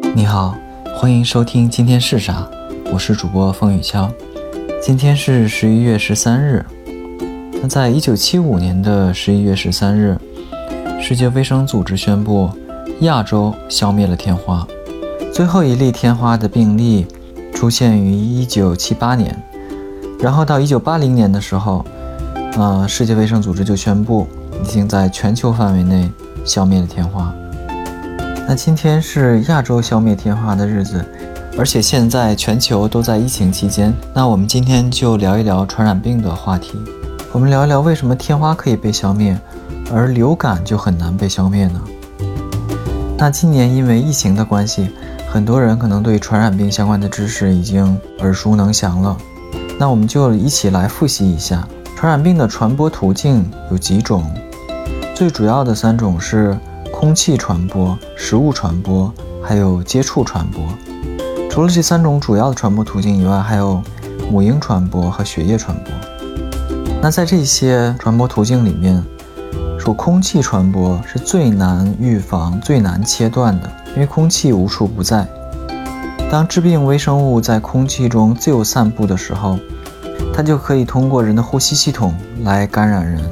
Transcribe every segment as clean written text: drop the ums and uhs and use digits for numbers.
你好，欢迎收听今天是啥，我是主播风雨敲。今天是11月13日。那在1975年的11月13日，世界卫生组织宣布亚洲消灭了天花。最后一例天花的病例出现于1978年，然后到1980年的时候，世界卫生组织就宣布已经在全球范围内消灭了天花。那今天是亚洲消灭天花的日子，而且现在全球都在疫情期间。那我们今天就聊一聊传染病的话题。我们聊一聊为什么天花可以被消灭，而流感就很难被消灭呢？那今年因为疫情的关系，很多人可能对传染病相关的知识已经耳熟能详了。那我们就一起来复习一下传染病的传播途径有几种。最主要的3种是空气传播、食物传播，还有接触传播。除了这3种主要的传播途径以外，还有母婴传播和血液传播。那在这些传播途径里面，说空气传播是最难预防、最难切断的，因为空气无处不在。当致病微生物在空气中自由散布的时候，它就可以通过人的呼吸系统来感染人。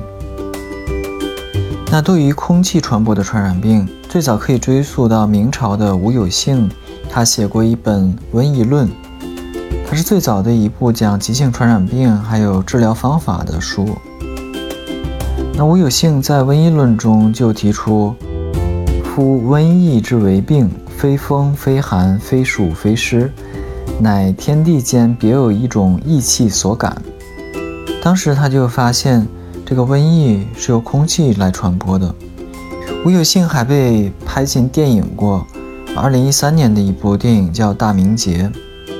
那对于空气传播的传染病，最早可以追溯到明朝的吴有幸，他写过一本《瘟疫论》，它是最早的一部讲急性传染病还有治疗方法的书。那吴有幸在《瘟疫论》中就提出，夫瘟疫之为病，非风非寒非暑非湿，乃天地间别有一种异气所感。当时他就发现这个瘟疫是由空气来传播的。吴有幸还被拍进电影过，2013年的一部电影叫《大明劫》。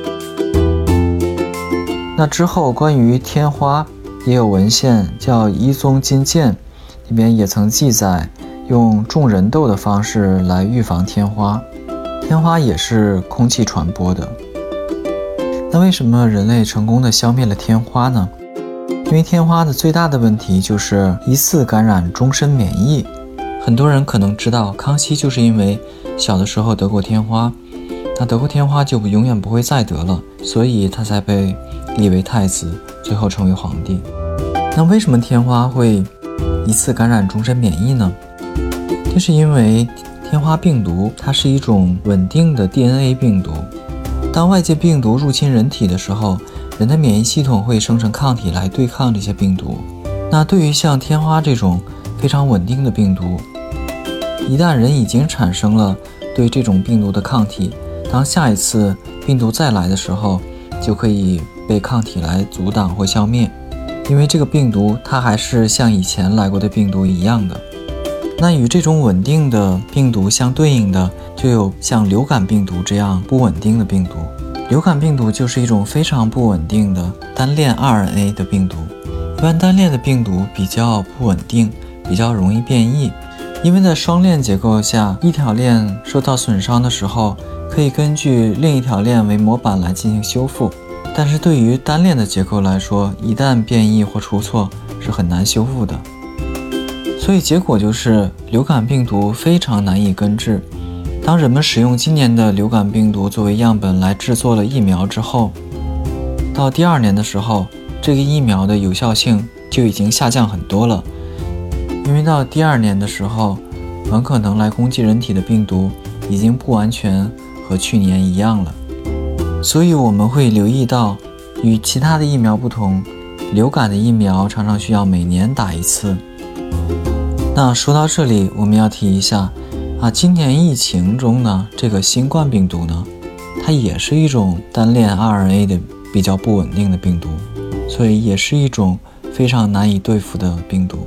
那之后关于天花也有文献叫《一宗金鉴》，里面也曾记载用种人痘的方式来预防天花。天花也是空气传播的。那为什么人类成功的消灭了天花呢？因为天花的最大的问题就是一次感染终身免疫。很多人可能知道，康熙就是因为小的时候得过天花，那得过天花就永远不会再得了，所以他才被立为太子，最后成为皇帝。那为什么天花会一次感染终身免疫呢？就是因为天花病毒它是一种稳定的 DNA 病毒，当外界病毒入侵人体的时候，人的免疫系统会生成抗体来对抗这些病毒。那对于像天花这种非常稳定的病毒，一旦人已经产生了对这种病毒的抗体，当下一次病毒再来的时候，就可以被抗体来阻挡或消灭，因为这个病毒它还是像以前来过的病毒一样的。那与这种稳定的病毒相对应的，就有像流感病毒这样不稳定的病毒。流感病毒就是一种非常不稳定的单链 RNA 的病毒。一般单链的病毒比较不稳定，比较容易变异，因为在双链结构下，一条链受到损伤的时候，可以根据另一条链为模板来进行修复。但是对于单链的结构来说，一旦变异或出错是很难修复的。所以结果就是流感病毒非常难以根治。当人们使用今年的流感病毒作为样本来制作了疫苗之后，到第2年的时候，这个疫苗的有效性就已经下降很多了。因为到第2年的时候，很可能来攻击人体的病毒已经不完全和去年一样了。所以我们会留意到，与其他的疫苗不同，流感的疫苗常常需要每年打一次。那说到这里，我们要提一下今年疫情中呢，这个新冠病毒呢，它也是一种单链 RNA 的比较不稳定的病毒，所以也是一种非常难以对付的病毒。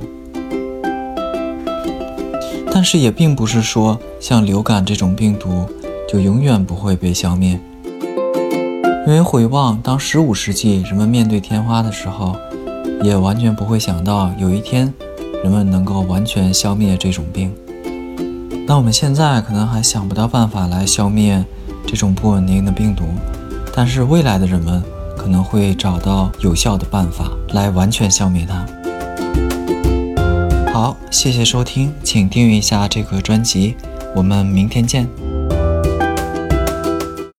但是也并不是说像流感这种病毒就永远不会被消灭。因为回望当15世纪人们面对天花的时候，也完全不会想到有一天人们能够完全消灭这种病。那我们现在可能还想不到办法来消灭这种不稳定的病毒，但是未来的人们可能会找到有效的办法来完全消灭它。好，谢谢收听，请订阅一下这个专辑，我们明天见。